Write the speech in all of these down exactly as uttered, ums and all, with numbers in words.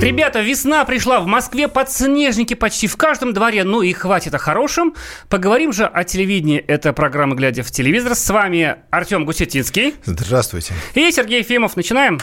Ребята, весна пришла, в Москве подснежники почти в каждом дворе. Ну и хватит о хорошем. Поговорим же о телевидении. Это программа «Глядя в телевизор». С вами Артем Гусетинский. Здравствуйте. И Сергей Ефимов. Начинаем.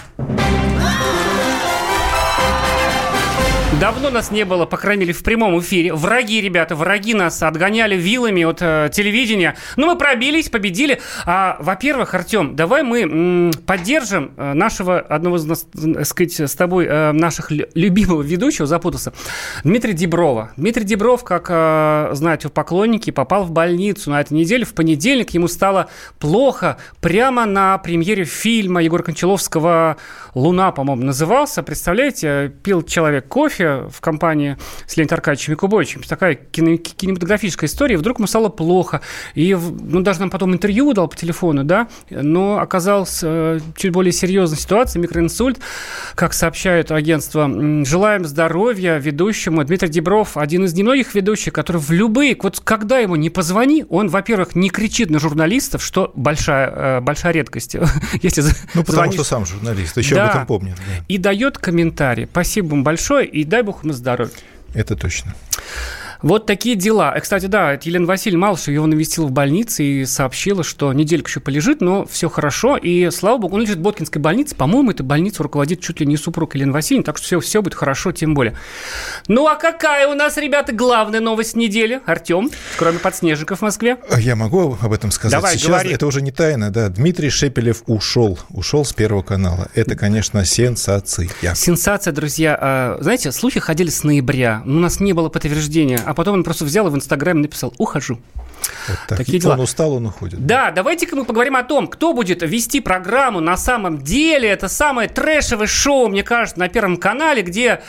Давно нас не было, по крайней мере, в прямом эфире. Враги, ребята, враги нас отгоняли вилами от э, телевидения. Но мы пробились, победили. А, во-первых, Артем, давай мы м, поддержим э, нашего, одного из нас, так сказать, с тобой, э, наших любимого ведущего, запутался, Дмитрия Диброва. Дмитрий Дибров, как э, знаете, поклонники, попал в больницу на этой неделе. В понедельник ему стало плохо. Прямо на премьере фильма Егора Кончаловского «Луна», по-моему, назывался. Представляете, пил человек кофе в компании с Леонидом Аркадьевичем Якубовичем. Такая кинематографическая история. И вдруг ему стало плохо. И, ну, даже нам потом интервью дал по телефону, да, но оказалась э, чуть более серьезная ситуация, микроинсульт, как сообщает агентство. Желаем здоровья ведущему. Дмитрий Дибров один из немногих ведущих, который в любые... Вот когда ему не позвони, он, во-первых, не кричит на журналистов, что большая, э, большая редкость. Если ну, потому звонишь... что сам журналист, еще да. об этом помнит. Да. И дает комментарий. Спасибо вам большое, и дай бог ему здоровья. Это точно. Вот такие дела. И, кстати, да, Елена Васильевна Малышева его навестила в больнице и сообщила, что недельку еще полежит, но все хорошо. И, слава богу, он лежит в Боткинской больнице. По-моему, эта больница руководит чуть ли не супруг Елены Васильевны, так что все, все будет хорошо, тем более. Ну, а какая у нас, ребята, главная новость недели? Артем, кроме подснежников в Москве. Я могу об этом сказать? Давай, сейчас говори. Это уже не тайна, да. Дмитрий Шепелев ушел. Ушел с Первого канала. Это, конечно, сенсация. Сенсация, друзья. Знаете, слухи ходили с ноября. У нас не было подтверждения. А потом он просто взял и в Инстаграме написал «Ухожу». Вот так. Такие дела. Он устал, он уходит. Да, давайте-ка мы поговорим о том, кто будет вести программу на самом деле. Это самое трэшевое шоу, мне кажется, на Первом канале, где,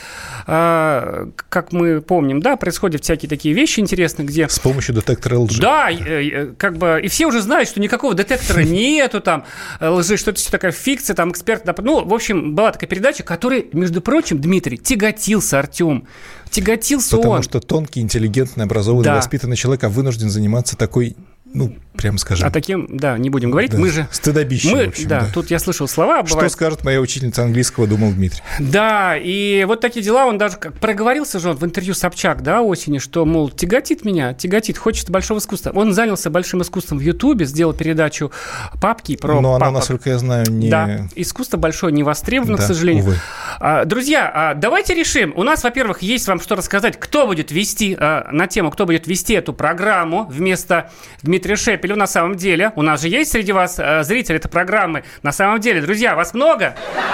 э, как мы помним, да, происходят всякие такие вещи интересные, где... С помощью детектора лжи. Да, э, как бы, и все уже знают, что никакого детектора нету, там, лжи, что это все такая фикция, там, эксперт... Ну, в общем, была такая передача, которой, между прочим, Дмитрий, тяготился, Артем. Тяготился Потому он. что тонкий, интеллигентный, образованный, да. воспитанный человек, а вынужден заниматься такой, ну, прямо скажем. А таким, да, не будем говорить. Да, мы же... Стыдобище, мы, в общем. Да, да, тут я слышал слова. Что бывает... скажет моя учительница английского, думал Дмитрий. Да, и вот такие дела. Он даже как проговорился же он в интервью Собчак, да, осенью, что, мол, тяготит меня, тяготит, хочется большого искусства. Он занялся большим искусством в Ютубе, сделал передачу «Папки» про Но папок. она, насколько я знаю, не... Да, искусство большое не востребовано, да, к сожалению. Увы. А, друзья, давайте решим. У нас, во-первых, есть вам что рассказать, кто будет вести, на тему, кто будет вести эту программу вместо Дмитрия Шепелева на самом деле. У нас же есть среди вас зрители этой программы. На самом деле, друзья, вас много?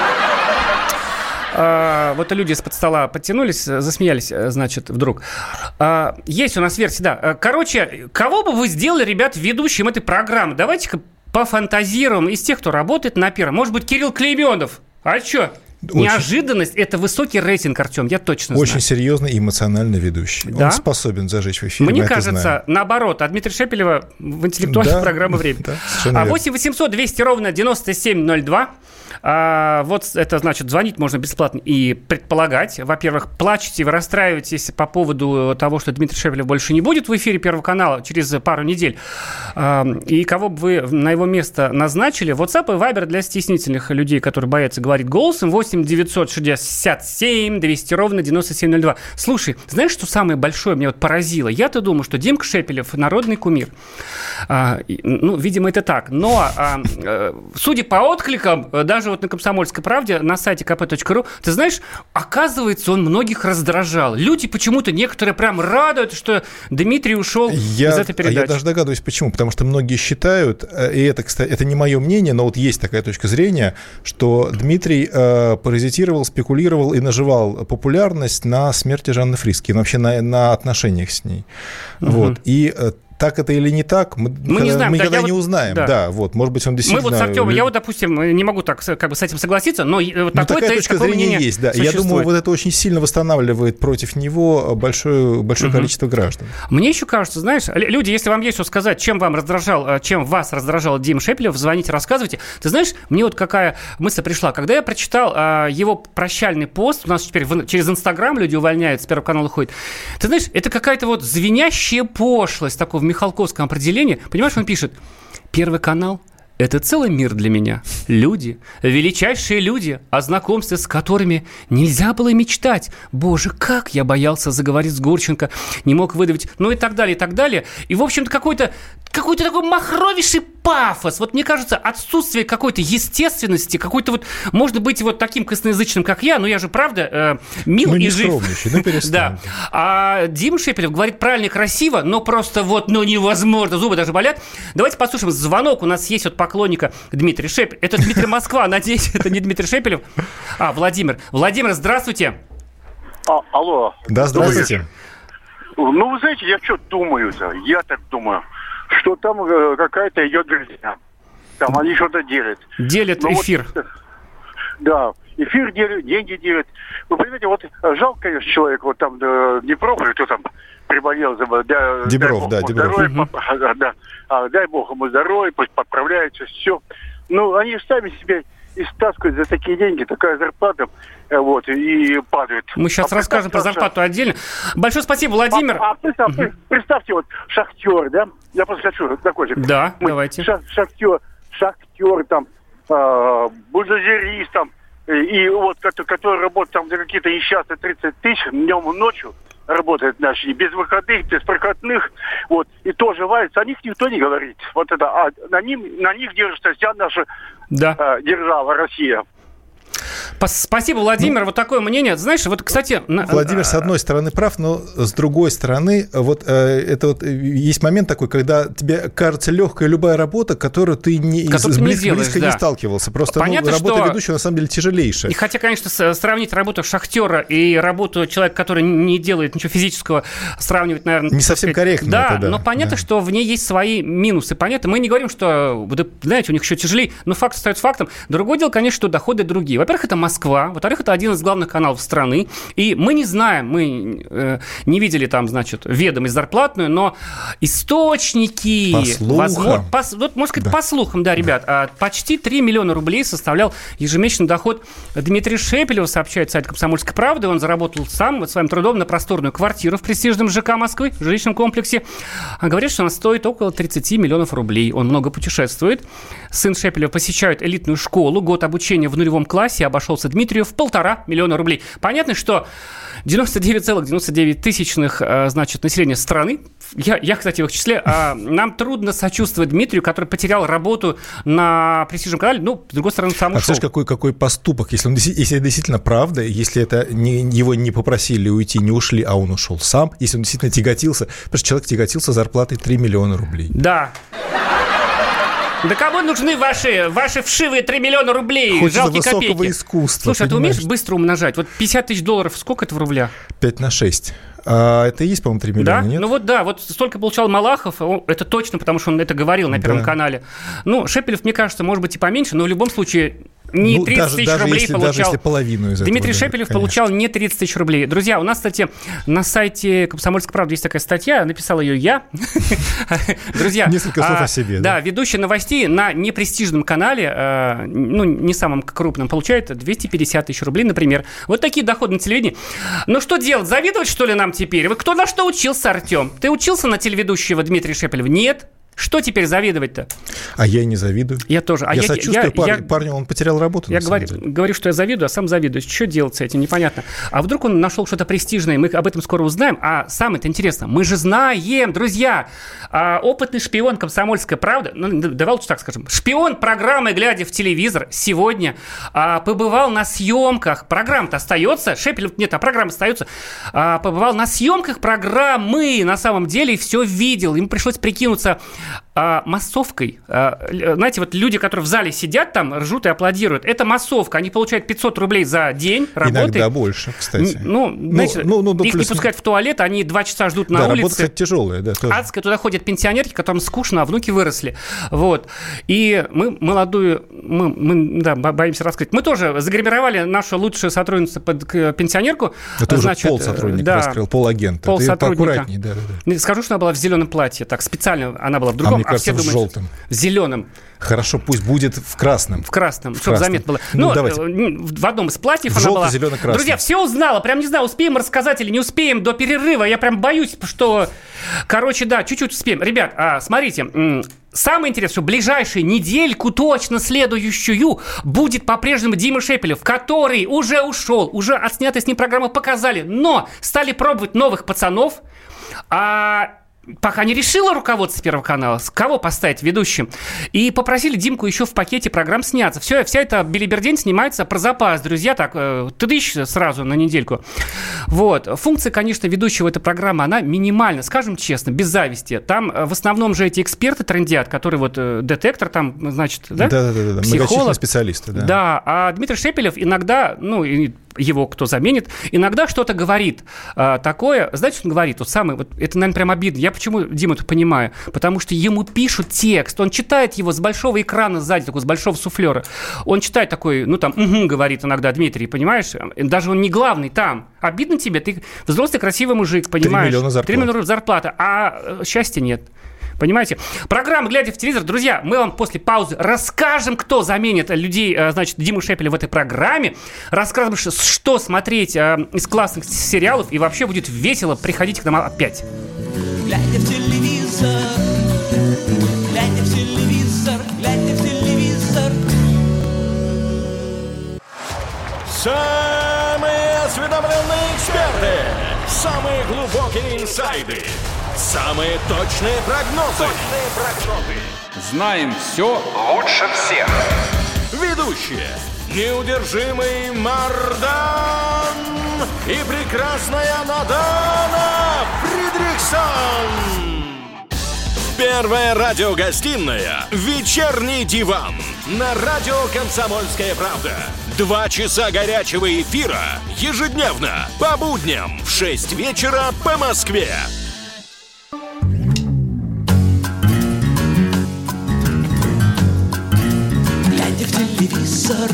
Вот люди из-под стола подтянулись, засмеялись, значит, вдруг. Есть у нас версия, да. Короче, кого бы вы сделали, ребят, ведущим этой программы? Давайте-ка пофантазируем из тех, кто работает на Первом. Может быть, Кирилл Клейменов? А что? Очень. Неожиданность – это высокий рейтинг, Артем, я точно Очень знаю. Очень серьезный и эмоциональный ведущий. Да? Он способен зажечь в эфире. Мне кажется, наоборот, от Дмитрия Шепелева в интеллектуальной да, программе «Время». Да, а восемь восемьсот двести ровно девяносто семь ноль два. А, вот это значит, звонить можно бесплатно и предполагать. Во-первых, плачете, вы расстраиваетесь по поводу того, что Дмитрий Шепелев больше не будет в эфире Первого канала через пару недель. А, и кого бы вы на его место назначили? WhatsApp и Viber для стеснительных людей, которые боятся говорить голосом. восемь девятьсот шестьдесят семь двести ровно девяносто семь ноль два. Слушай, знаешь, что самое большое меня вот поразило? Я-то думаю, что Димка Шепелев – народный кумир. А, ну, видимо, это так. Но, а, а, судя по откликам, даже вот на «Комсомольской правде», на сайте ка пэ точка ру, ты знаешь, оказывается, он многих раздражал. Люди почему-то некоторые прям радуют, что Дмитрий ушел я, из этой передачи. Я даже догадываюсь, почему. Потому что многие считают, и это, кстати, это не мое мнение, но вот есть такая точка зрения, что Дмитрий э, паразитировал, спекулировал и наживал популярность на смерти Жанны Фриске, вообще на, на отношениях с ней. Угу. Вот. И так это или не так, мы, мы не знаем, мы да, никогда не вот, узнаем. Да. да, вот, может быть, он действительно... Мы вот с Артёмом, я вот, допустим, не могу так как бы с этим согласиться, но ну, такая точка зрения есть, да. Я думаю, вот это очень сильно восстанавливает против него большое, большое угу. количество граждан. Мне еще кажется, знаешь, люди, если вам есть что сказать, чем вам раздражал, чем вас раздражал Дима Шепелев, звоните, рассказывайте. Ты знаешь, мне вот какая мысль пришла. Когда я прочитал а, его прощальный пост, у нас теперь в, через Инстаграм люди увольняют, с Первого канала уходят. Ты знаешь, это какая-то вот звенящая пошлость такого в Михалковском определении. Понимаешь, он пишет: Первый канал Это целый мир для меня. Люди, величайшие люди, о знакомстве с которыми нельзя было мечтать. Боже, как я боялся заговорить с Гурченко, не мог выдавить, ну и так далее, и так далее. И, в общем-то, какой-то, какой-то такой махровейший пафос. Вот мне кажется, отсутствие какой-то естественности, какой-то вот, можно быть вот таким косноязычным, как я, но я же, правда, э, мил ну, и жив. Ну, перестань. Да. А Дима Шепелев говорит правильно и красиво, но просто вот, ну, невозможно, зубы даже болят. Давайте послушаем звонок. У нас есть вот поклонника Дмитрий Шепелев. Это Дмитрий Москва, надеюсь, это не Дмитрий Шепелев. А, Владимир. Владимир, здравствуйте. А, алло. Да, здравствуйте. Ну, вы знаете, я что думаю-то? Я так думаю, что там э, какая-то идет грязня. Там они что-то делят. Делят ну, эфир. Вот, да, эфир делят, деньги делят. Вы понимаете, вот жалко, конечно, человек, вот там э, Днепров, или кто там приболел, да, Дебров, да, Дебров. Здоровья, угу. по, да, а, дай бог ему здоровья, пусть поправляется, все. Ну, они сами себе и стаскивают за такие деньги, такая зарплата, вот, и падает. Мы сейчас а расскажем про зарплату отдельно. Большое спасибо, Владимир. А, а представьте, угу. представьте, вот, шахтер, да? Я просто хочу закончить. Да, Мы, давайте. Ша- шахтер, шахтер, там, э, бульдозерист, там, и вот, который, который работает там за какие-то несчастные тридцать тысяч днем и ночью, работает наши, без выходных, без проходных, вот, и тоже варится, о них никто не говорит. Вот это, а на, ним, на них держится вся наша да. э, держава, Россия. Спасибо, Владимир. Ну, вот такое мнение. Знаешь, вот, кстати... Владимир, с одной стороны, прав, но с другой стороны, вот э, это вот есть момент такой, когда тебе кажется легкая любая работа, которую ты не, которую с, ты не близко, делаешь, близко да. не сталкивался. Просто понятно, ну, работа что... ведущего на самом деле тяжелейшая. И хотя, конечно, сравнить работу шахтера и работу человека, который не делает ничего физического, сравнивать, наверное... Не совсем сказать, корректно. Да, это, да, но понятно, да. что в ней есть свои минусы. Понятно, мы не говорим, что, знаете, у них еще тяжелее, но факт остается фактом. Другое дело, конечно, что доходы другие. Во-первых, это Москва, во-вторых, это один из главных каналов страны, и мы не знаем, мы э, не видели там, значит, ведомость зарплатную, но источники... По слухам. Возможно, по, вот, можно сказать, да. по слухам, да, ребят, да. почти три миллиона рублей составлял ежемесячный доход Дмитрия Шепелева, сообщает сайт «Комсомольской правды». Он заработал сам вот, своим трудом на просторную квартиру в престижном ЖК Москвы, в жилищном комплексе. Говорит, что она стоит около тридцать миллионов рублей. Он много путешествует. Сын Шепелева посещает элитную школу. Год обучения в нулевом классе обошелся Дмитрию в полтора миллиона рублей. Понятно, что девяносто девять целых девяносто девять тысячных, значит, населения страны, я, я, кстати, в их числе, нам трудно сочувствовать Дмитрию, который потерял работу на престижном канале, ну, с другой стороны, сам ушел. А представляешь, какой, какой поступок, если, он, если это действительно правда, если это не, его не попросили уйти, не ушли, а он ушел сам, если он действительно тяготился, потому что человек тяготился зарплатой три миллиона рублей. Да. Да кому нужны ваши, ваши вшивые три миллиона рублей? Хочется жалкие высокого копейки. искусства. Слушай, а ты умеешь быстро умножать? Вот пятьдесят тысяч долларов, сколько это в рублях? пять на шесть. А это и есть, по-моему, три миллиона, да? нет? Ну вот да, вот столько получал Малахов, это точно, потому что он это говорил на Первом да. канале. Ну, Шепелев, мне кажется, может быть и поменьше, но в любом случае... Не ну, тридцать тысяч рублей если, получал. Даже если половину из Дмитрий этого, Шепелев да, получал не тридцать тысяч рублей. Друзья, у нас, кстати, на сайте «Комсомольской правды» есть такая статья, написал ее я. Друзья, несколько слов о себе. Да, ведущий новостей на непрестижном канале, ну, не самом крупном, получает двести пятьдесят тысяч рублей, например. Вот такие доходы на телевидении. Ну, что делать? Завидовать, что ли, нам теперь? Вы кто на что учился, Артем? Ты учился на телеведущего Дмитрия Шепелева? Нет. Что теперь завидовать-то? А я и не завидую. Я тоже. А я, я сочувствую я, парню, я, парню, он потерял работу. Я говорю, говорю, что я завидую, а сам завидую. Что делать с этим? Непонятно. А вдруг он нашел что-то престижное, мы об этом скоро узнаем. А самое-то интересно, мы же знаем, друзья, опытный шпион «Комсомольская правда», ну, давай лучше так скажем, шпион программы «Глядя в телевизор» сегодня побывал на съемках. Программа-то остается, Шепелев нет, а программа остается. Побывал на съемках программы, на самом деле, и все видел. Ему пришлось прикинуться массовкой. Знаете, вот люди, которые в зале сидят там, ржут и аплодируют, это массовка. Они получают пятьсот рублей за день работы. Иногда больше, кстати. Ну, знаете, ну, ну, ну, их плюс... не пускают в туалет, они два часа ждут на да, улице. Работа, кстати, тяжелая. Да, тоже. Адская. Туда ходят пенсионерки, которым скучно, а внуки выросли. Вот. И мы молодую, мы, мы да, боимся раскрыть. Мы тоже загримировали нашу лучшую сотрудницу под пенсионерку. Это значит, уже полсотрудника да, раскрыл, полагента. Полсотрудника. Ты поаккуратней, да, да. Скажу, что она была в зеленом платье. Так, специально она была в другом. а кажется, все в думают, желтом. Зеленым. Хорошо, пусть будет в красном. В красном, в чтобы красном. заметно было. Ну, ну, давайте. В одном из платьев в она желто, была. зелено-красный. Друзья, все узнала. Прям не знаю, успеем рассказать или не успеем до перерыва. Я прям боюсь, что... Короче, да, чуть-чуть успеем. Ребят, а, смотрите... Самое интересное, что ближайшую недельку, точно следующую, будет по-прежнему Дима Шепелев, который уже ушел, уже отснятые с ним программы показали, но стали пробовать новых пацанов, а... Пока не решила руководство Первого канала, с кого поставить ведущим. И попросили Димку еще в пакете программ сняться. Все, вся эта белибердень снимается про запас, друзья. Так, э, тыдыщ сразу на недельку. Вот. Функция, конечно, ведущего этой программы, она минимальна, скажем честно, без зависти. Там э, в основном же эти эксперты трындят, которые вот э, детектор там, значит, да? Да-да-да, многочисленные специалисты, да. Да, а Дмитрий Шепелев иногда, ну, и его кто заменит, иногда что-то говорит а, такое. Знаете, что он говорит? Вот самый, вот, это, наверное, прям обидно. Я почему Диму-то понимаю? Потому что ему пишут текст, он читает его с большого экрана сзади, такой, с большого суфлера. Он читает такой, ну, там, угу, говорит иногда Дмитрий, понимаешь? Даже он не главный там. Обидно тебе? Ты взрослый, красивый мужик, понимаешь? три миллиона зарплаты. три миллиона зарплаты, а счастья нет. Понимаете? Программа «Глядя в телевизор». Друзья, мы вам после паузы расскажем, кто заменит людей, значит, Диму Шепеля в этой программе. Расскажем, что смотреть из классных сериалов. И вообще будет весело. Приходите к нам опять. Глядя в телевизор, глядя в телевизор, глядя в телевизор. Самые осведомленные эксперты, самые глубокие инсайды, самые точные прогнозы. Точные прогнозы. Знаем все лучше всех. Ведущие: неудержимый Мардан и прекрасная Надана Фридрихсон. Первая радиогостинная «Вечерний диван» на радио «Комсомольская правда». Два часа горячего эфира ежедневно по будням в шесть вечера по Москве. Глядя в телевизор,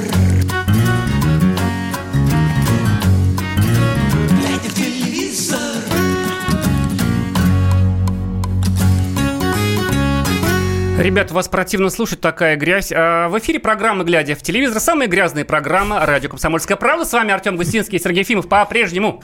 глядя в телевизор. Ребята, вас противно слушать, такая грязь. А в эфире программа «Глядя в телевизор». Самая грязная программа радио «Комсомольская правда». С вами Артем Густинский и Сергей Ефимов по-прежнему.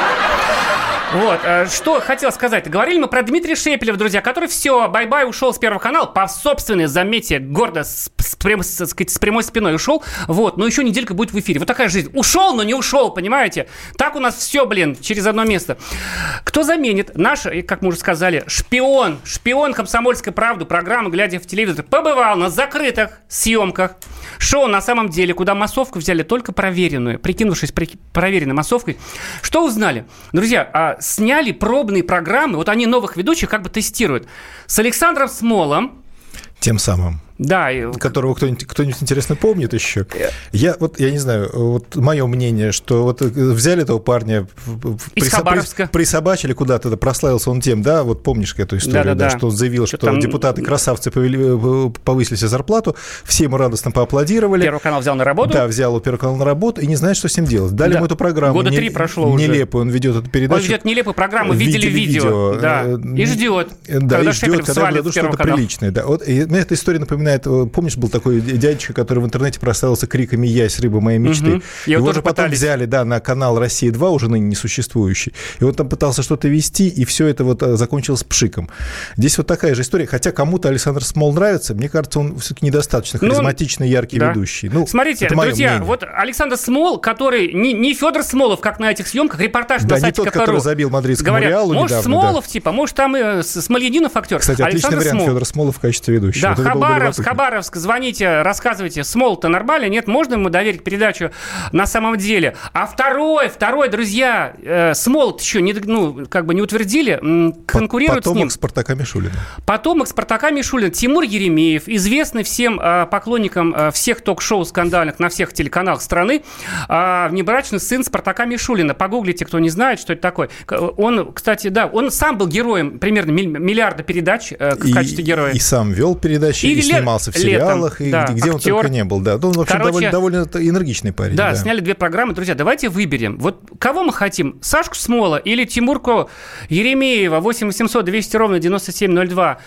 Вот, что хотел сказать. Говорили мы про Дмитрия Шепелева, друзья, который все, бай-бай, ушел с Первого канала. По собственной, заметьте, гордо, с, с, прям, с, с прямой спиной ушел. Вот, но еще неделька будет в эфире. Вот такая жизнь. Ушел, но не ушел, понимаете? Так у нас все, блин, через одно место. Кто заменит? Наш, как мы уже сказали, шпион, шпион «Комсомольской правды», программа «Глядя в телевизор», побывал на закрытых съемках шоу «На самом деле», куда массовку взяли только проверенную, прикинувшись при, проверенной массовкой. Что узнали? Друзья, сняли пробные программы, вот они новых ведущих как бы тестируют, с Александром Смолом. Тем самым. Да. Которого кто-нибудь, кто-нибудь интересно помнит еще. Я вот, я не знаю, вот мое мнение, что вот взяли этого парня, из Хабаровска, присобачили куда-то, прославился он тем, да, вот помнишь эту историю, да, да, что он заявил, что, что там... депутаты-красавцы повысили себе зарплату, все ему радостно поаплодировали. Первый канал взял на работу. Да, взял у Первого канала на работу и не знает, что с ним делать. Дали да. ему эту программу. Года три не, прошло нелепую, уже. Он ведет эту передачу. Он ведет нелепую программу, видели, видели видео. видео. Да. И ждет, да, когда и ждет, когда дадут что-то канал. Приличное. Да. Вот, и мне эта история напоминает, помнишь, был такой дядечка, который в интернете прославился криками «Ясь, рыба моей мечты». Угу. Его, Его же потом пытались. взяли, да, на канал «Россия-два», уже ныне несуществующий. И он там пытался что-то вести, и все это вот закончилось пшиком. Здесь вот такая же история. Хотя кому-то Александр Смол нравится, мне кажется, он все-таки недостаточно харизматичный, ну, яркий да. ведущий. Ну, смотрите, друзья, мнение. Вот Александр Смол, который не, не Федор Смолов, как на этих съемках, репортаж да, на сайте не тот, который забил мадридскому говорят, Реалу может, недавно. Смолов, да. типа, может, там и Смольянинов актер. Кстати, Александр отличный вариант Смол. Федор Смолов в качестве ведущего. Да, вот Хабаровск, Хабаровск, звоните, рассказывайте. Смол-то нормально? Нет, можно ему доверить передачу на самом деле? А второй, второй, друзья, э, Смол еще не, ну, как бы не утвердили, м, конкурирует потомок с ним. Потомок Спартака Мишулина. Потомок Спартака Мишулина. Тимур Еремеев, известный всем э, поклонникам э, всех ток-шоу скандальных на всех телеканалах страны, э, внебрачный сын Спартака Мишулина. Погуглите, кто не знает, что это такое. Он, кстати, да, он сам был героем примерно миллиарда передач э, в и, качестве героя. И сам вел передачи, и, и снимался в сериалах, летом, и да, где актер. Он только не был. Да. Он вообще Короче, довольно, довольно энергичный парень. Да, да, сняли две программы. Друзья, давайте выберем. Вот кого мы хотим? Сашку Смола или Тимурку Еремеева? восемь восемьсот двести ровно девяносто семь ноль два.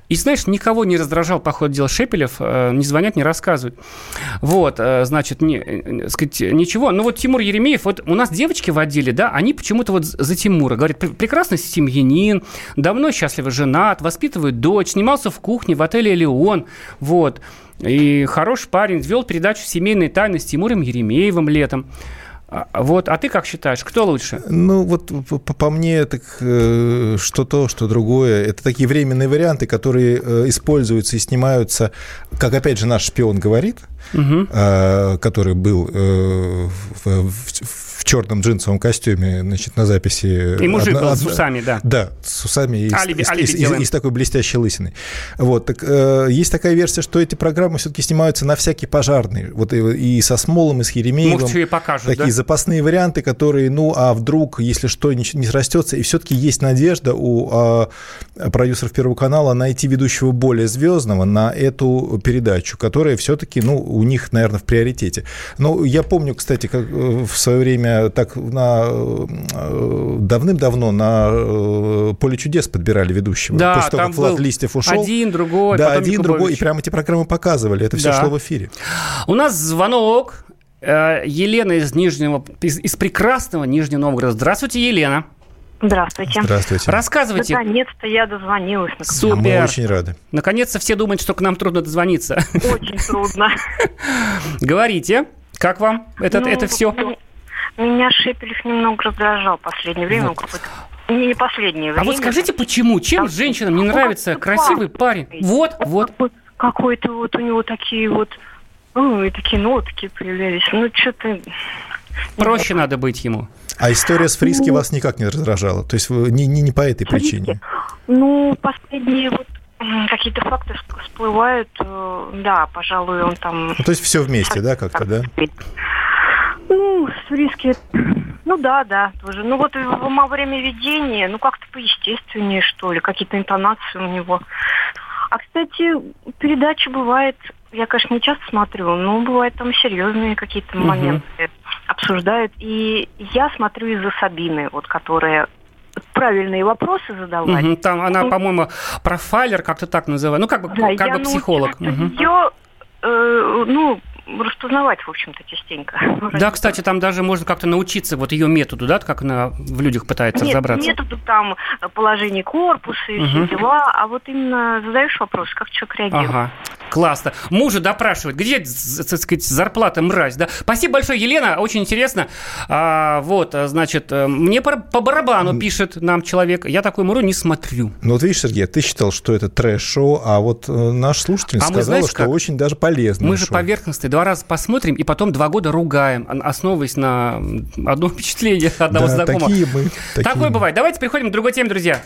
И, знаешь, никого не раздражал, по ходу дела, Шепелев, не звонят, не рассказывают. Вот, значит, не, сказать, ничего. Но вот Тимур Еремеев, вот у нас девочки в отделе, да, они почему-то вот за Тимура говорят, прекрасный семьянин, давно счастливо женат, воспитывает дочь, снимался в кухне в отеле «Элеон», вот. И хороший парень, вел передачу «Семейные тайны» с Тимуром Еремеевым летом. Вот, а ты как считаешь, кто лучше? Ну, вот по, по мне, так э, что то, что другое. Это такие временные варианты, которые э, используются и снимаются, как, опять же, наш шпион говорит, угу. э, который был э, в, в, в черном джинсовом костюме, значит, на записи. И мужик одна, был одна, с усами, да. Да, с усами и, алиби, и, алиби и, и, и с такой блестящей лысиной. Вот, так, э, есть такая версия, что эти программы все-таки снимаются на всякий пожарный. Вот и, и со Смолом, и с Еремеевым. Может, что и покажут, такие да? запасные варианты, которые, ну, а вдруг, если что, не, не срастется, и все-таки есть надежда у а, продюсеров Первого канала найти ведущего более звездного на эту передачу, которая все-таки, ну, у них, наверное, в приоритете. Ну, я помню, кстати, как в свое время так на давным-давно на «Поле чудес» подбирали ведущего. Да, после того, там как Влад был Листьев ушел. Один, другой, да, потом один, Якубович. другой, и прямо эти программы показывали. Это все да. шло в эфире. У нас звонок. Елена из Нижнего, из, из прекрасного Нижнего Новгорода. Здравствуйте, Елена. Здравствуйте. Здравствуйте. Рассказывайте. Наконец-то я дозвонилась. Супер. Мы очень рады. Наконец-то все думают, что к нам трудно дозвониться. Очень трудно. Говорите, как вам это, ну, это все? Меня Шепелев немного раздражал в последнее время. Вот. Не, не последнее время. А вот скажите, почему? Чем Там, женщинам не нравится красивый парень? Вот, вот. Какой-то вот у него такие вот... Ну, и такие нотки появлялись. Ну, что-то... Проще надо быть ему. А история с Фриски ну, вас никак не раздражала? То есть не, не, не по этой Фриски? Причине? Ну, последние вот какие-то факты всплывают. Да, пожалуй, он там... Ну, то есть все вместе, да, как-то, да? Ну, с Фриски... Ну, да, да, тоже. Ну, вот во время ведения, ну, как-то поестественнее, что ли, какие-то интонации у него. А, кстати, передача бывает... Я, конечно, не часто смотрю, но бывают там серьезные какие-то угу. моменты обсуждают. И я смотрю из-за Сабины, вот, которая правильные вопросы задавать. Угу, там она, ну, по-моему, профайлер, как-то так называют. Ну, как бы, да, как бы психолог. Угу. Ее, э, ну, распознавать, в общем-то, частенько. Да, кстати, там даже можно как-то научиться вот ее методу, да, как она в людях пытается Нет, разобраться. Нет, методу там положение корпуса и угу. все дела, а вот именно задаешь вопрос, как человек реагирует. Ага. Классно. Мужа допрашивать. Где, так сказать, зарплата, мразь, да? Спасибо большое, Елена. Очень интересно. А, вот, значит, мне по, по барабану пишет нам человек. Я такой муру не смотрю. Ну, вот видишь, Сергей, ты считал, что это трэш-шоу, а вот наш слушатель а сказала, знаете, что как? Очень даже полезно. Мы шоу. Же поверхностные. Два раза посмотрим и потом два года ругаем, основываясь на одном впечатлении одного да, знакомого. Такие мы. Такие Такое мы. Бывает. Давайте переходим к другой теме, друзья.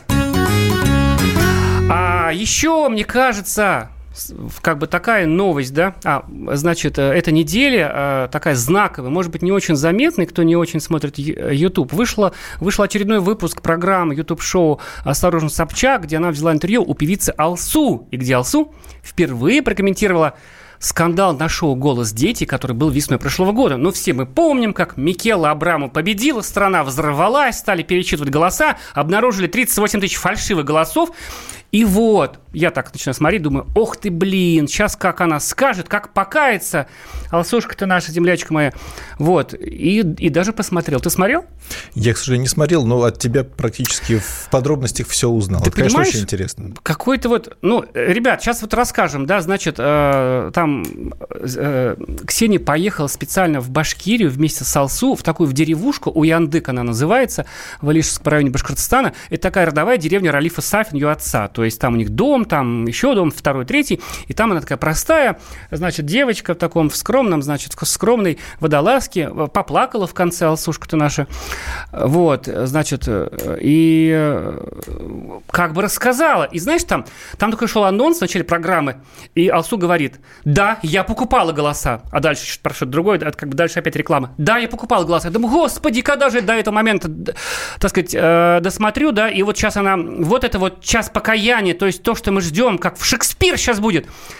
А еще, мне кажется... Как бы такая новость, да, а, значит, эта неделя а, такая знаковая, может быть, не очень заметная, кто не очень смотрит YouTube. Вышла, вышел очередной выпуск программы YouTube-шоу «Осторожно, Собчак», где она взяла интервью у певицы Алсу, и где Алсу впервые прокомментировала скандал на шоу «Голос дети», который был весной прошлого года. Ну, все мы помним, как Микела Абрамова победила, страна взорвалась, стали пересчитывать голоса, обнаружили тридцать восемь тысяч фальшивых голосов. И вот, я так начинаю смотреть, думаю, ох ты, блин, сейчас как она скажет, как покается. Алсушка-то наша, землячка моя. Вот, и, и даже посмотрел. Ты смотрел? Я, к сожалению, не смотрел, но от тебя практически в подробностях все узнал. Ты Это, конечно, понимаешь, очень интересно. Какой-то вот, ну, ребят, сейчас вот расскажем, да, значит, э, там э, Ксения поехала специально в Башкирию вместе с Алсу, в такую в деревушку, Уяндык она называется, в Алишевском районе Башкортостана. Это такая родовая деревня Ралифа Сафин, ее отца. То есть там у них дом, там еще дом, второй, третий. И там она такая простая, значит, девочка в таком в скромном, значит, в скромной водолазке. Поплакала в конце Алсушка-то наша. Вот, значит, и как бы рассказала. И знаешь, там, там такой шел анонс в начале программы, и Алсу говорит, да, я покупала голоса. А дальше про что-то другое, как бы дальше опять реклама. Да, я покупала голоса. Я думаю, господи, когда же до этого момента, так сказать, э, досмотрю, да, и вот сейчас она, вот это вот час покаяния, то есть то, что мы ждем, как в Шекспир сейчас будет.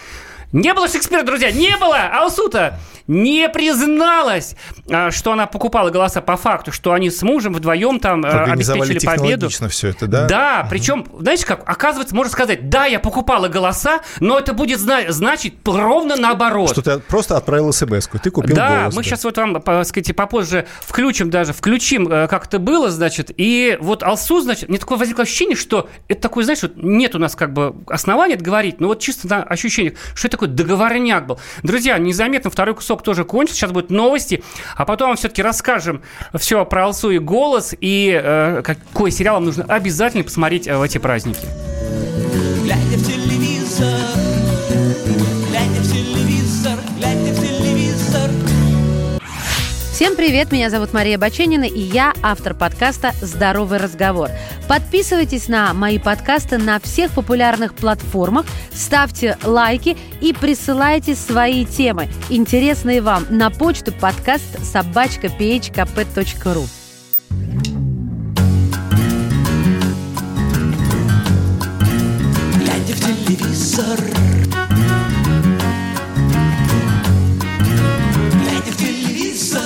Не было Шекспира, друзья, не было! Алсу-то не призналась, что она покупала голоса по факту, что они с мужем вдвоем там обеспечили победу. Все это, да? Да, угу. Причем, знаете как, оказывается, можно сказать, да, я покупала голоса, но это будет зна- значить ровно наоборот. Что ты просто отправил смс-ку, ты купил да, голос. Мы да, сейчас вот вам, так сказать, попозже включим даже, включим, как это было, значит, и вот Алсу, значит, мне такое возникло ощущение, что это такое, знаешь, вот нет у нас как бы основания это говорить, но вот чисто на ощущение, что это такой договорняк был. Друзья, незаметно второй кусок тоже кончился, сейчас будут новости, а потом вам все-таки расскажем все про Алсу и голос, и э, какой сериал вам нужно обязательно посмотреть в эти праздники. Глядя в телевизор, глядя в телевизор, глядя в телевизор. Всем привет, меня зовут Мария Баченина, и я автор подкаста «Здоровый разговор». Подписывайтесь на мои подкасты на всех популярных платформах, ставьте лайки и присылайте свои темы, интересные вам, на почту подкаст собачка пи эйч ка пэ точка ру. Глядя в телевизор, глядя в телевизор.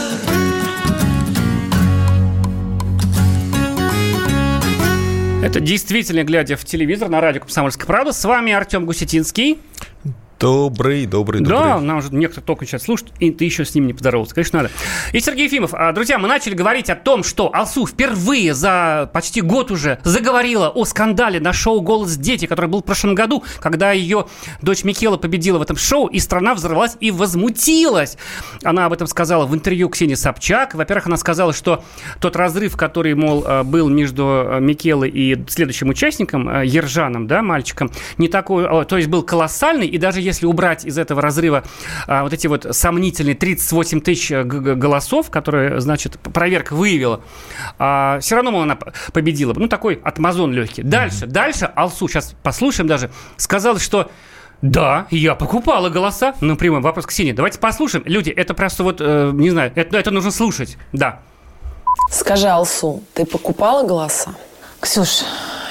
Это действительно, глядя в телевизор на радио «Комсомольская правда». С вами Артем Гусетинский. Добрый, добрый, добрый. Да, нам уже некоторые только сейчас слушают, и ты еще с ними не поздоровался. Конечно, надо. И Сергей Ефимов. Друзья, мы начали говорить о том, что Алсу впервые за почти год уже заговорила о скандале на шоу «Голос дети», который был в прошлом году, когда ее дочь Микела победила в этом шоу, и страна взорвалась и возмутилась. Она об этом сказала в интервью Ксении Собчак. Во-первых, она сказала, что тот разрыв, который, мол, был между Микелой и следующим участником, Ержаном, да, мальчиком, не такой, то есть был колоссальный, и даже если Если убрать из этого разрыва а, вот эти вот сомнительные тридцать восемь тысяч г- г- голосов, которые, значит, проверка выявила, а, все равно, мол, она победила. Ну, такой отмазон легкий. Дальше, mm-hmm. дальше Алсу, сейчас послушаем даже, сказала, что да, я покупала голоса. Ну, прямой вопрос к Ксении. Давайте послушаем. Люди, это просто вот, э, не знаю, это, это нужно слушать. Да. Скажи, Алсу, ты покупала голоса? Ксюш,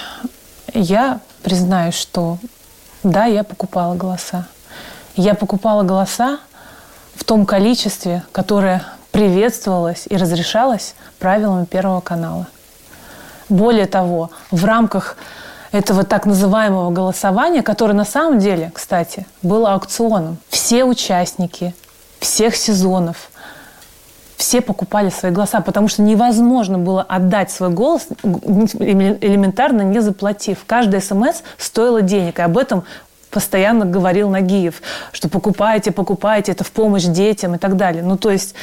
я признаюсь, что да, я покупала голоса. Я покупала голоса в том количестве, которое приветствовалось и разрешалось правилами Первого канала. Более того, в рамках этого так называемого голосования, которое на самом деле, кстати, было аукционом, все участники всех сезонов, все покупали свои голоса, потому что невозможно было отдать свой голос, элементарно не заплатив. Каждая смс стоила денег, и об этом постоянно говорил Нагиев, что покупайте, покупайте, это в помощь детям и так далее. Ну, то есть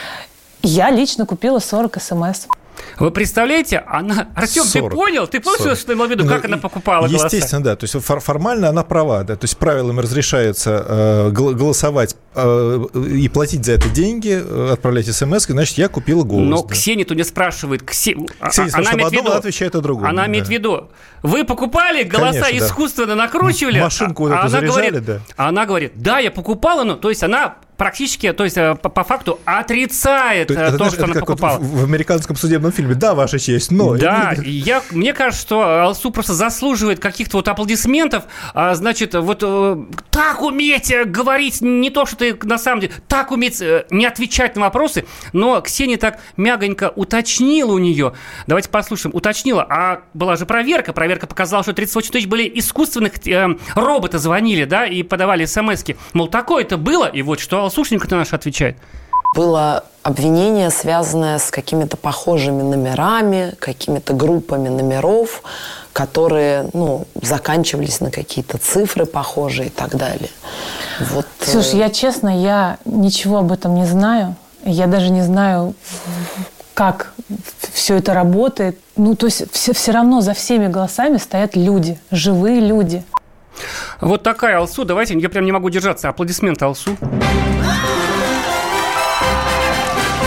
я лично купила сорок смс. Вы представляете, она... Артем, ты понял? Ты понял, сорок. Что я имел в виду? Как ну, она покупала голоса? Естественно, да. То есть формально она права. Да. То есть правилами разрешается э, голосовать э, и платить за это деньги, э, отправлять смс, значит, я купила голос. Но да. Ксения-то не спрашивает. Ксе... Ксения она спрашивает одно, она отвечает о другом. Она да. имеет в виду, вы покупали голоса, конечно, искусственно да. накручивали? Машинку вот а эту она заряжали, говорит, да. А она говорит, да, я покупала, но... То есть она... практически, то есть по, по факту отрицает то, это, то это, что это она как покупала. Вот в, в американском судебном фильме. Да, ваша честь, но... Да, я, мне кажется, что Алсу просто заслуживает каких-то вот аплодисментов. А, значит, вот так уметь говорить, не то, что ты на самом деле, так уметь не отвечать на вопросы, но Ксения так мягонько уточнила у нее. Давайте послушаем. Уточнила, а была же проверка. Проверка показала, что тридцать восемь тысяч были искусственных, э, роботы звонили, да, и подавали смс-ки. Мол, такое-то было, и вот что Алсушенька-то наша отвечает. Было обвинение, связанное с какими-то похожими номерами, какими-то группами номеров, которые, ну, заканчивались на какие-то цифры похожие и так далее. Вот. Слушай, я честно, я ничего об этом не знаю. Я даже не знаю, как все это работает. Ну, то есть все, все равно за всеми голосами стоят люди, живые люди. Вот такая Алсу. Давайте, я прям не могу держаться. Аплодисменты Алсу.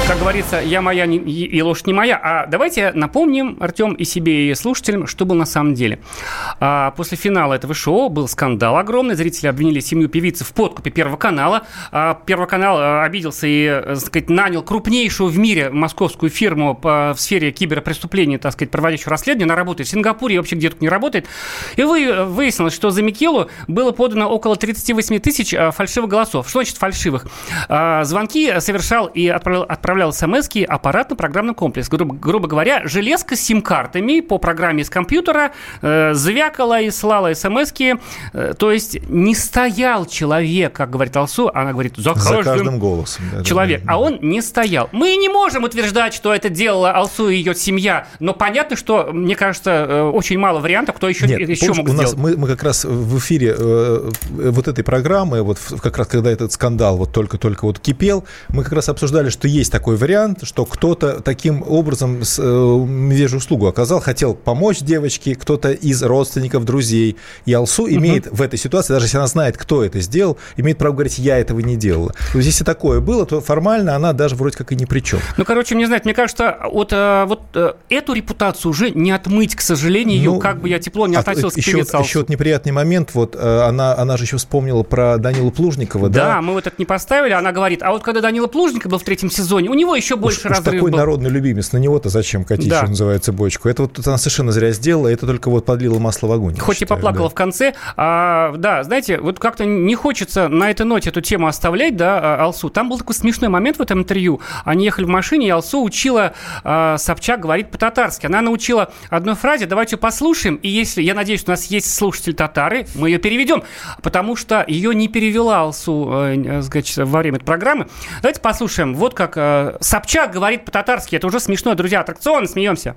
Как говорится, я моя не, и ложь не моя. А давайте напомним, Артем, и себе, и слушателям, что было на самом деле. А, после финала этого шоу был скандал огромный. Зрители обвинили семью певицы в подкупе Первого канала. А, Первый канал а, обиделся и, так сказать, нанял крупнейшую в мире московскую фирму по, в сфере киберпреступлений, так сказать, проводящую расследование. Она работает в Сингапуре и вообще где-то не работает. И вы, выяснилось, что за Микелу было подано около тридцать восемь тысяч а, фальшивых голосов. Что значит фальшивых? А, звонки совершал и отправлял, отправлял смс-ки аппаратно-программный комплекс. Грубо, грубо говоря, железка с сим-картами по программе из компьютера э, звякала и слала смс-ки. Э, то есть не стоял человек, как говорит Алсу, она говорит, за каждым, за каждым голосом. Да, человек. Да, да. А он не стоял. Мы не можем утверждать, что это делала Алсу и ее семья, но понятно, что, мне кажется, очень мало вариантов, кто еще, Нет, еще помнишь, мог у сделать. нас, мы, мы как раз в эфире э, вот этой программы, вот как раз когда этот скандал вот только-только вот кипел, мы как раз обсуждали, что есть такой вариант, что кто-то таким образом с, э, медвежью услугу оказал, хотел помочь девочке, кто-то из родственников, друзей. И Алсу uh-huh. имеет в этой ситуации, даже если она знает, кто это сделал, имеет право говорить, я этого не делала. То есть, если такое было, то формально она даже вроде как и ни при чем. Ну, короче, мне знать, мне кажется, вот, вот эту репутацию уже не отмыть, к сожалению, ну, как бы я тепло не относился а, к певице Алсу. Еще вот неприятный момент, вот она, она же еще вспомнила про Данилу Плужникова, да? Да, мы вот это не поставили, она говорит, а вот когда Данила Плужников был в третьем сезоне, у него еще больше уж, разрыв уж такой был. Народный любимец, на него-то зачем катить, да. что называется, бочку? Это вот она совершенно зря сделала, это только вот подлила масло в огонь. Хоть считаю, и поплакала да. в конце. А, да, знаете, вот как-то не хочется на этой ноте эту тему оставлять, да, Алсу. Там был такой смешной момент в этом интервью. Они ехали в машине, и Алсу учила а, Собчак говорить по-татарски. Она научила одной фразе, давайте ее послушаем, и если, я надеюсь, у нас есть слушатели татары, мы ее переведем, потому что ее не перевела Алсу э, сказать, во время этой программы. Давайте послушаем, вот как э, Собчак говорит по-татарски. Это уже смешно, друзья, аттракцион, смеемся.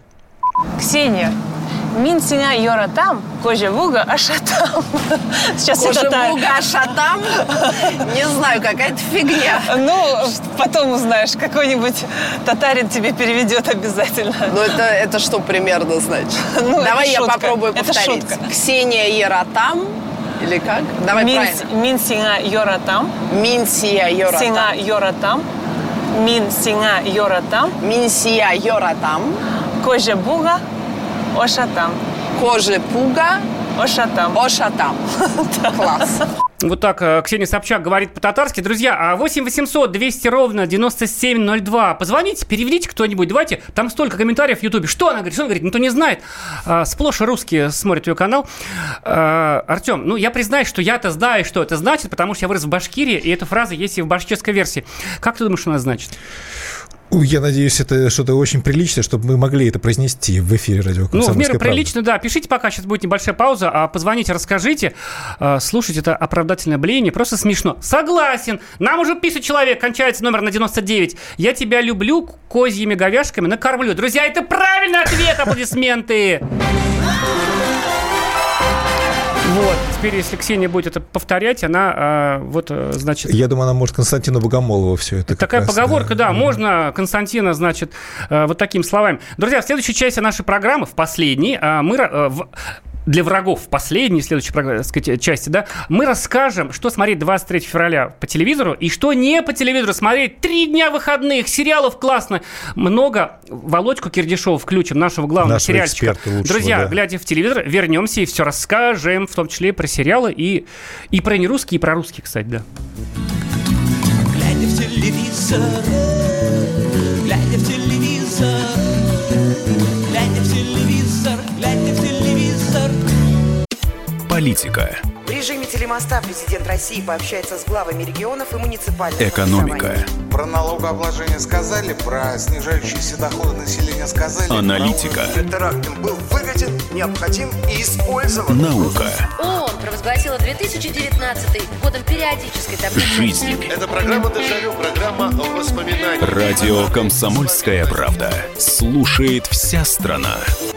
Ксения, мин синя йора там, кожа вуга ашатам. Сейчас кожа это вуга ашатам? Не знаю, какая-то фигня. Ну, потом узнаешь, какой-нибудь татарин тебе переведет обязательно. Ну, это, это что примерно значит? Ну, давай я шутка. попробую повторить. Это шутка. Ксения Яратам. Или как? Давай мин, правильно. Мин синя йора там. Мин сия йора там. Синя йора там. Мин синя йора там. Мин сия йора там. Кожа буга ошатам. Кожа пуга ошатам. Ошатам. Класс. Вот так Ксения Собчак говорит по-татарски. Друзья, восемь восемьсот двести ровно девяносто семь ноль два. Позвоните, переведите кто-нибудь. Давайте, там столько комментариев в Ютубе. Что она говорит? Что она говорит? Никто не знает. Сплошь русские смотрят ее канал. Артем, ну я признаюсь, что я-то знаю, что это значит, потому что я вырос в Башкирии, и эта фраза есть и в башкирской версии. Как ты думаешь, что она значит? Я надеюсь, это что-то очень приличное, чтобы мы могли это произнести в эфире радио «Комсомольская правда». Ну, в меру прилично, да. Пишите пока, сейчас будет небольшая пауза, а позвоните, расскажите. Слушайте, это оправдательное блеяние, просто смешно. Согласен. Нам уже пишет человек, кончается номер на девяносто девять. Я тебя люблю, козьими говяжками накормлю. Друзья, это правильный ответ, аплодисменты. Вот, теперь, если Ксения будет это повторять, она, а, вот, значит... Я думаю, она может Константину Богомолову все это. Такая раз, поговорка, да, да, можно Константина, значит, вот такими словами. Друзья, в следующей части нашей программы, в последней, мы... В... Для врагов в последней, следующей, так сказать, части, да, мы расскажем, что смотреть двадцать третьего февраля по телевизору и что не по телевизору смотреть. Три дня выходных, сериалов классно. Много. Володьку Кирдишова включим, нашего главного нашего сериальчика. лучшего, Друзья, да. глядя в телевизор, вернемся и все расскажем, в том числе и про сериалы, и, и про нерусские, и про русские, кстати, да. Глядя в телевизор, глядя в телевизор, глядя в телевизор, глядя в телевизор. Политика. В режиме телемоста президент России пообщается с главами регионов и муниципальных Экономика. Про налогообложение сказали, про снижающиеся доходы населения сказали. Аналитика. Теракт был выгоден, необходим и использован. Наука. ООН провозгласила две тысячи девятнадцатый годом периодической таблицы. Жизнь. Это программа «Дежавю», программа воспоминаний. Радио «Комсомольская правда». Слушает вся страна.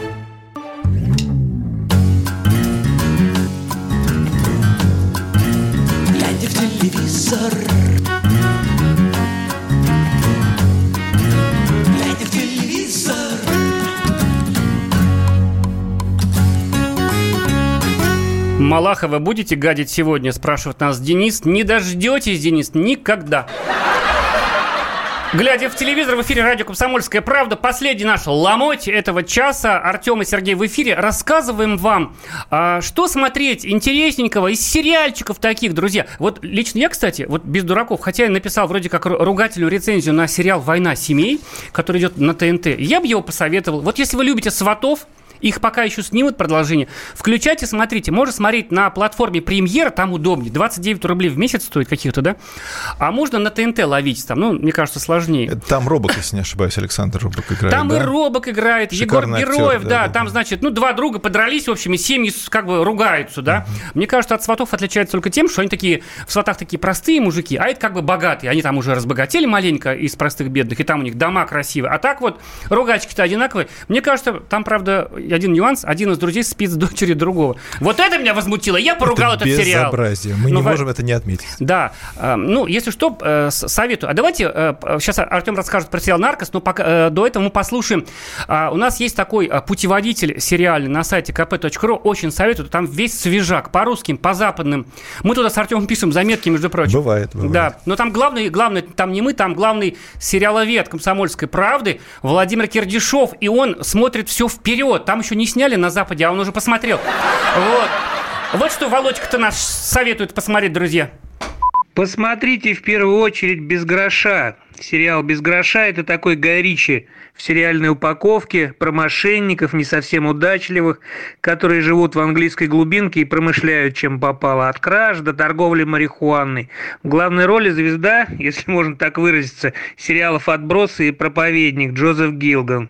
Глядя в телевизор, глядя в телевизор. Малахова будете гадить сегодня, спрашивает нас Денис. Не дождетесь, Денис, никогда. Глядя в телевизор, в эфире радио «Комсомольская правда». Последний наш ломоть этого часа. Артем и Сергей в эфире. Рассказываем вам, а, что смотреть интересненького из сериальчиков таких, друзья. Вот лично я, кстати, вот без дураков, хотя я написал вроде как ругательную рецензию на сериал «Война семей», который идет на ТНТ, я бы его посоветовал. Вот если вы любите «Сватов», их пока еще снимут продолжение. Включайте, смотрите. Можно смотреть на платформе Премьера, там удобнее. двадцать девять рублей в месяц стоит каких-то, да? А можно на ТНТ ловить там, ну, мне кажется, сложнее. Там Робок, если не ошибаюсь, Александр Робок играет, Там да? и Робок играет, Шикарный Егор актер, Героев, да, да, да, там, да. значит, ну, два друга подрались, в общем, и семьи как бы ругаются, да? Uh-huh. Мне кажется, от «Сватов» отличается только тем, что они такие, в «Сватах» такие простые мужики, а это как бы богатые. Они там уже разбогатели маленько из простых бедных, и там у них дома красивые. А так вот, ругачки-то одинаковые. Мне кажется, там, правда, один нюанс, один из друзей спит с дочерью другого. Вот это меня возмутило. Я поругал это этот сериал. Безобразие. Мы ну, не в... можем это не отметить. Да. Э, ну, если что, э, советую. А давайте, э, сейчас Артем расскажет про сериал «Наркос», но пока, э, до этого мы послушаем. Э, у нас есть такой э, путеводитель сериальный на сайте ка пэ точка ру. Очень советую. Там весь свежак. По русским, по западным. Мы туда с Артемом пишем заметки, между прочим. Бывает, бывает. Да. Но там главный, главный, там не мы, там главный сериаловед «Комсомольской правды» Владимир Кирдишов. И он смотрит все вперед. Там еще не сняли на Западе, а он уже посмотрел. Вот. Вот что Володька-то наш советует посмотреть, друзья. Посмотрите в первую очередь «Без гроша». Сериал «Без гроша» – это такой Гай Ричи в сериальной упаковке про мошенников, не совсем удачливых, которые живут в английской глубинке и промышляют, чем попало, от краж до торговли марихуаной. В главной роли звезда, если можно так выразиться, сериалов «Отбросы» и «Проповедник» Джозеф Гилган.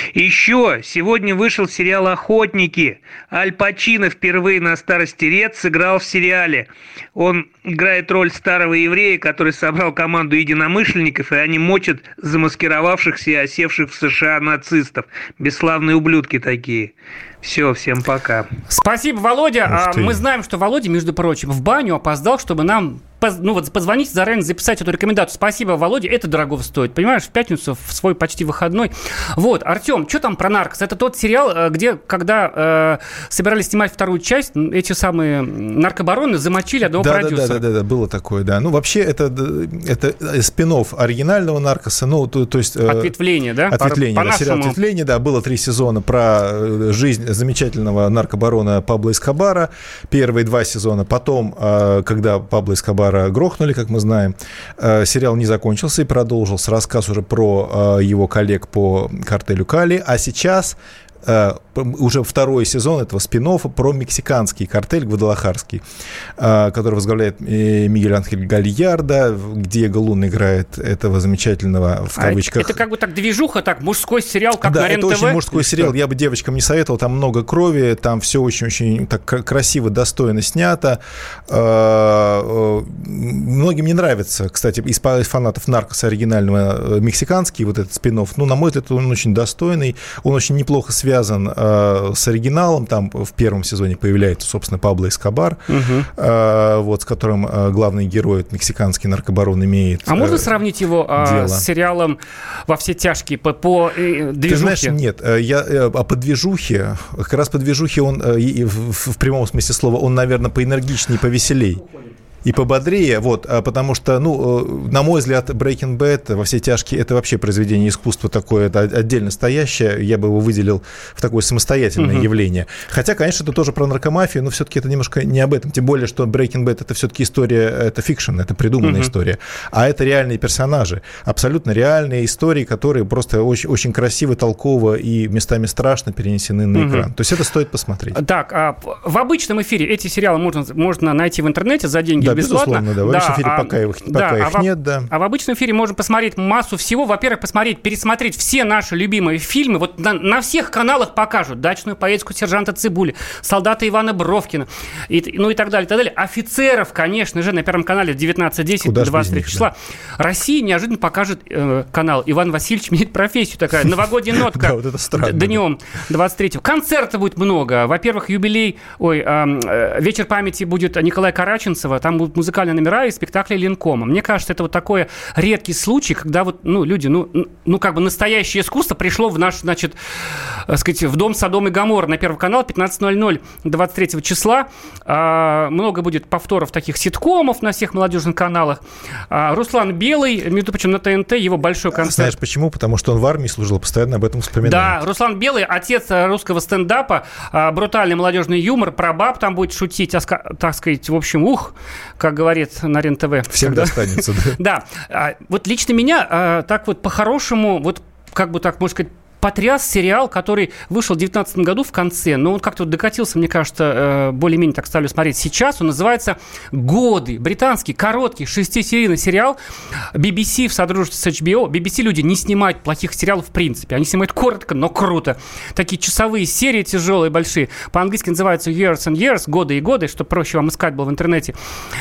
Еще сегодня вышел сериал «Охотники». Аль Пачино впервые на старости лет сыграл в сериале. Он играет роль старого еврея, который собрал команду единомышленников, и они мочат замаскировавшихся и осевших в США нацистов. Бесславные ублюдки такие. Все, всем пока. Спасибо, Володя. А, мы знаем, что Володя, между прочим, в баню опоздал, чтобы нам поз- ну, вот, позвонить, заранее записать эту рекомендацию. Спасибо, Володя. Это дорого стоит. Понимаешь, в пятницу, в свой почти выходной. Вот, Артем, что там про «Наркос»? Это тот сериал, где, когда э, собирались снимать вторую часть, эти самые наркобароны замочили одного да, продюсера. Да, да, да, да, было такое, да. Ну, вообще, это, это спин-офф оригинального «Наркоса». Ну, то, то есть... Ответвление, да? Ответвление, по, да, по сериал нашему... «Ответвление», да. Было три сезона про жизнь замечательного наркобарона Пабло Эскобара. Первые два сезона. Потом, когда Пабло Эскобара грохнули, как мы знаем, сериал не закончился и продолжился рассказ уже про его коллег по картелю Кали. А сейчас... уже второй сезон этого спин-оффа про мексиканский картель гвадалахарский, который возглавляет Мигель Анхель Гальярдо, где Диего Луна играет этого замечательного, в кавычках. А это как бы так движуха, так мужской сериал, как да, на РЕН-ТВ? Да, это очень мужской сериал. Я бы девочкам не советовал, там много крови, там все очень-очень так красиво, достойно снято. Многим не нравится, кстати, из фанатов «Наркоса» оригинального мексиканский вот этот спин-офф. Ну, на мой взгляд, он очень достойный, он очень неплохо связан связан э, с оригиналом. Там в первом сезоне появляется, собственно, Пабло Эскобар, угу. э, вот, с которым э, главный герой, мексиканский наркобарон, имеет А э, можно сравнить его э, с сериалом «Во все тяжкие» по, по э, движухе? Ты знаешь, нет. Я, э, а по движухе, как раз по движухе он, э, в, в прямом смысле слова, он, наверное, поэнергичнее, повеселей. И пободрее, вот, потому что, ну, на мой взгляд, Breaking Bad, «Во все тяжкие» — это вообще произведение искусства такое, это отдельно стоящее, я бы его выделил в такое самостоятельное uh-huh. явление. Хотя, конечно, это тоже про наркомафию, но все-таки это немножко не об этом, тем более, что Breaking Bad — это все-таки история, это фикшн, это придуманная uh-huh. история, а это реальные персонажи, абсолютно реальные истории, которые просто очень, очень красиво, толково и местами страшно перенесены на экран. Uh-huh. То есть это стоит посмотреть. Так, а в обычном эфире эти сериалы можно, можно найти в интернете за деньги. Да, бесплатно. Безусловно, да. В обычном эфире а, пока их, пока да, их а нет, да. А в обычном эфире можно посмотреть массу всего. Во-первых, посмотреть, пересмотреть все наши любимые фильмы. Вот на, на всех каналах покажут «Дачную поездку сержанта Цибули», «Солдата Ивана Бровкина», и, ну и так далее, и так далее. Офицеров, конечно же, на Первом канале в девятнадцать десять двадцать третьего числа. Да. Россия неожиданно покажет э, канал «Иван Васильевич меняет профессию». Такая новогодняя нотка. Да, вот это странно. Днем двадцать третьего. Концерта будет много. Во-первых, юбилей, ой, вечер памяти будет Николая Караченцева. Там музыкальные номера из спектакля «Ленкома». Мне кажется, это вот такой редкий случай, когда вот, ну, люди, ну, ну, как бы настоящее искусство пришло в наш, значит, так сказать, в дом Содом и Гоморра на Первый канал пятнадцать ноль ноль двадцать третьего числа. А, много будет повторов таких ситкомов на всех молодежных каналах. А, Руслан Белый, между прочим, на ТНТ, его большой концерт. Знаешь почему? Потому что он в армии служил, постоянно об этом вспоминает. Да, Руслан Белый, отец русского стендапа, а, брутальный молодежный юмор, про баб там будет шутить, так сказать, в общем, ух, как говорит на РЕН-ТВ. Всем когда... достанется, да. Да, вот лично меня так вот по-хорошему, вот как бы так, можно сказать, потряс сериал, который вышел в две тысячи девятнадцатом году в конце, но он как-то вот докатился, мне кажется, более-менее так стали смотреть сейчас. Он называется «Годы». Британский, короткий, шестисерийный сериал би би си в содружестве с эйч би о. би би си люди не снимают плохих сериалов в принципе. Они снимают коротко, но круто. Такие часовые серии тяжелые, большие. По-английски называются «Years and Years», «Годы и годы», что проще вам искать было в интернете.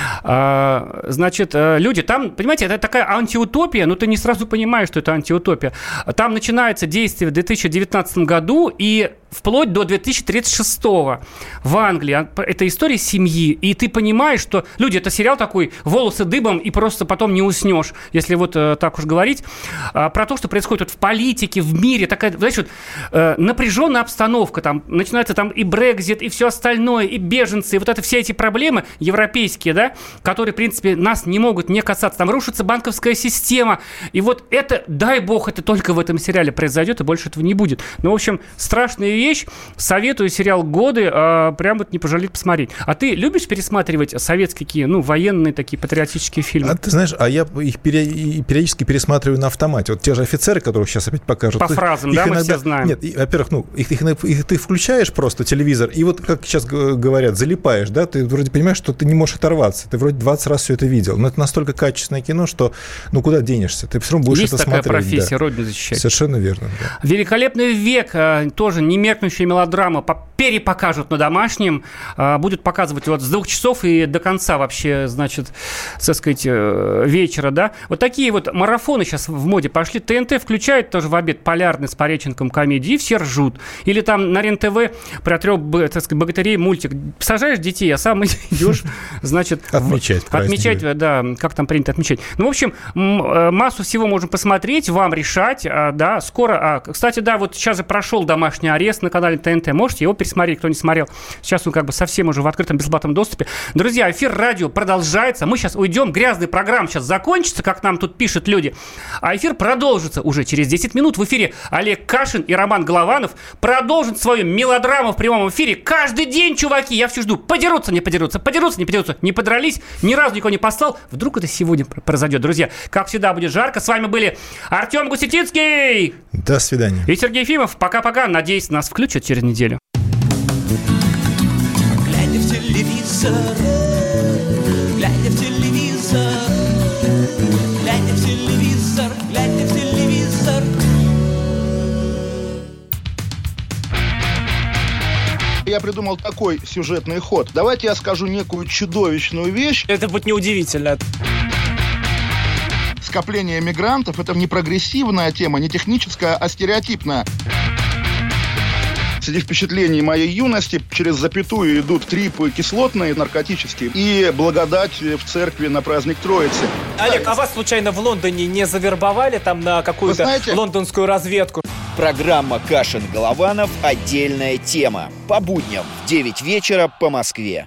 Значит, люди, там, понимаете, это такая антиутопия, но ты не сразу понимаешь, что это антиутопия. Там начинается действие в две тысячи девятнадцатом году и вплоть до две тысячи тридцать шестого в Англии. Это история семьи. И ты понимаешь, что, люди, это сериал такой, волосы дыбом, и просто потом не уснешь, если вот э, так уж говорить. А, про то, что происходит вот в политике, в мире. Такая, знаешь, вот, э, напряженная обстановка. Там начинается там и Брексит, и все остальное, и беженцы, и вот это все эти проблемы европейские, да, которые, в принципе, нас не могут не касаться. Там рушится банковская система. И вот это, дай бог, это только в этом сериале произойдет, и больше этого не будет. Ну, в общем, страшная вещь. Советую сериал «Годы». А, прям вот не пожалеть посмотреть. А ты любишь пересматривать советские, такие, ну, военные такие патриотические фильмы? А ты знаешь, а я их периодически пересматриваю на автомате. Вот те же «Офицеры», которых сейчас опять покажут. По фразам, их да, иногда... мы все знаем. Нет, и, во-первых, ну, их, их, их, ты включаешь просто телевизор, и вот, как сейчас говорят, залипаешь, да, ты вроде понимаешь, что ты не можешь оторваться. Ты вроде двадцать раз все это видел. Но это настолько качественное кино, что, ну, куда денешься? Ты все равно будешь Есть это смотреть. Есть такая профессия, да. родину защищать. Совершенно верно. Да. «Великолепный век», тоже не меркнущая мелодрама, перепокажут на домашнем, будут показывать вот с двух часов и до конца вообще, значит, так сказать, вечера, да. Вот такие вот марафоны сейчас в моде пошли. ТНТ включает тоже в обед «Полярный» с Пореченком комедии, и все ржут. Или там на РЕН-ТВ про трех, так сказать, богатырей мультик. Сажаешь детей, а сам идешь, значит... Отмечать. Отмечать, да, как там принято отмечать. Ну, в общем, массу всего можно посмотреть, вам решать, да, скоро... Кстати, да, вот сейчас же прошел «Домашний арест» на канале ТНТ. Можете его пересмотреть, кто не смотрел. Сейчас он как бы совсем уже в открытом бесплатном доступе. Друзья, эфир радио продолжается. Мы сейчас уйдем. Грязный программа сейчас закончится, как нам тут пишут люди. А эфир продолжится уже через десять минут. В эфире Олег Кашин и Роман Голованов продолжат свою мелодраму в прямом эфире. Каждый день, чуваки, я все жду. Подерутся, не подерутся, подерутся, не подерутся. Не подрались, ни разу никого не послал. Вдруг это сегодня произойдет. Друзья, как всегда, будет жарко. С вами были Артем Гусетинский. До свидания. И Сергей Ефимов. Пока-пока. Надеюсь, нас включат через неделю. Глядя в телевизор, глядя в телевизор, глядя в телевизор, глядя в телевизор. Я придумал такой сюжетный ход. Давайте я скажу некую чудовищную вещь. Это будет неудивительно. Скопление мигрантов – это не прогрессивная тема, не техническая, а стереотипная. Среди впечатлений моей юности через запятую идут трипы кислотные, наркотические, и благодать в церкви на праздник Троицы. Олег, а вас случайно в Лондоне не завербовали там на какую-то знаете... лондонскую разведку? Программа «Кашин-Голованов. Отдельная тема». По будням в девять вечера по Москве.